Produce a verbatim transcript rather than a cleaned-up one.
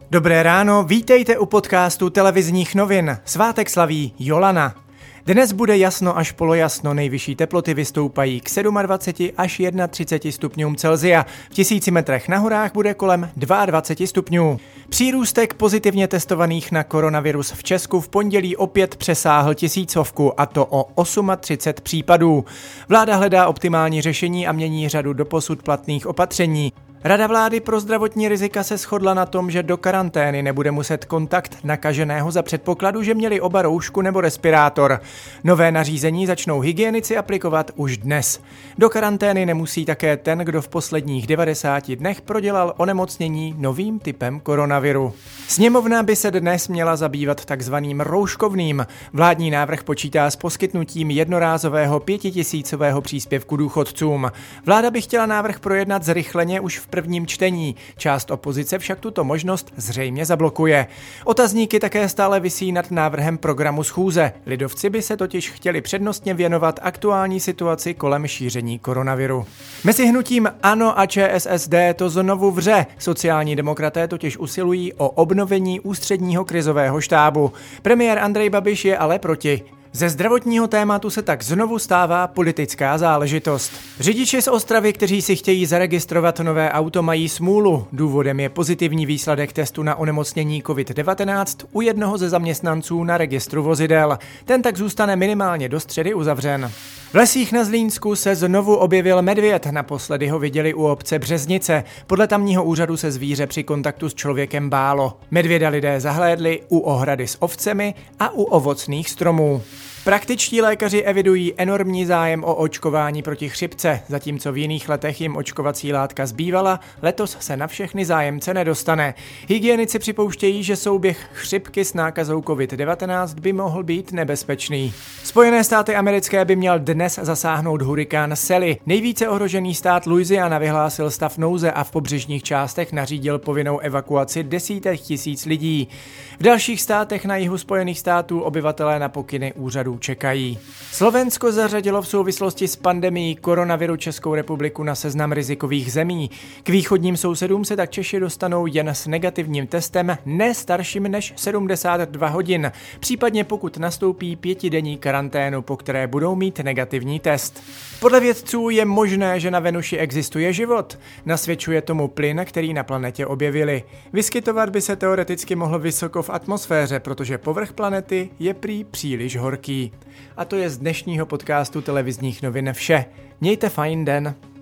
Dobré ráno, vítejte u podcastu televizních novin. Svátek slaví Jolana. Dnes bude jasno až polojasno, nejvyšší teploty vystoupají k dvaceti sedmi až třiceti jedna stupňům Celsia. V tisíci metrech na horách bude kolem dvacet dva stupňů. Přírůstek pozitivně testovaných na koronavirus v Česku v pondělí opět přesáhl tisícovku, a to o třicet osm případů. Vláda hledá optimální řešení a mění řadu doposud platných opatření. Rada vlády pro zdravotní rizika se shodla na tom, že do karantény nebude muset kontakt nakaženého za předpokladu, že měli oba roušku nebo respirátor. Nové nařízení začnou hygienici aplikovat už dnes. Do karantény nemusí také ten, kdo v posledních devadesáti dnech prodělal onemocnění novým typem koronaviru. Sněmovna by se dnes měla zabývat takzvaným rouškovným. Vládní návrh počítá s poskytnutím jednorázového pětitisícového příspěvku důchodcům. Vláda by chtěla návrh projednat zrychleně už v prvním čtení. Část opozice však tuto možnost zřejmě zablokuje. Otazníky také stále visí nad návrhem programu schůze. Lidovci by se totiž chtěli přednostně věnovat aktuální situaci kolem šíření koronaviru. Mezi hnutím ANO a ČSSD to znovu vře. Sociální demokraté totiž usilují o obnovení ústředního krizového štábu. Premiér Andrej Babiš je ale proti. Ze zdravotního tématu se tak znovu stává politická záležitost. Řidiči z Ostravy, kteří si chtějí zaregistrovat nové auto, mají smůlu. Důvodem je pozitivní výsledek testu na onemocnění covid devatenáct u jednoho ze zaměstnanců na registru vozidel. Ten tak zůstane minimálně do středy uzavřen. V lesích na Zlínsku se znovu objevil medvěd, naposledy ho viděli u obce Březnice. Podle tamního úřadu se zvíře při kontaktu s člověkem bálo. Medvěda lidé zahlédli u ohrady s ovcemi a u ovocných stromů. Praktičtí lékaři evidují enormní zájem o očkování proti chřipce, zatímco v jiných letech jim očkovací látka zbývala, letos se na všechny zájemce nedostane. Hygienici připouštějí, že souběh chřipky s nákazou covid devatenáct by mohl být nebezpečný. Spojené státy americké by měl dnes zasáhnout hurikán Sally. Nejvíce ohrožený stát Louisiana vyhlásil stav nouze a v pobřežních částech nařídil povinnou evakuaci desítek tisíc lidí. V dalších státech na jihu Spojených států obyvatelé na pokyny úřadů čekají. Slovensko zařadilo v souvislosti s pandemií koronaviru Českou republiku na seznam rizikových zemí. K východním sousedům se tak Češi dostanou jen s negativním testem ne starším než sedmdesát dva hodin, případně pokud nastoupí pětidenní karanténu, po které budou mít negativní test. Podle vědců je možné, že na Venuši existuje život. Nasvědčuje tomu plyn, který na planetě objevili. Vyskytovat by se teoreticky mohl vysoko v atmosféře, protože povrch planety je prý příliš horký. A to je z dnešního podcastu televizních novin vše. Mějte fajn den.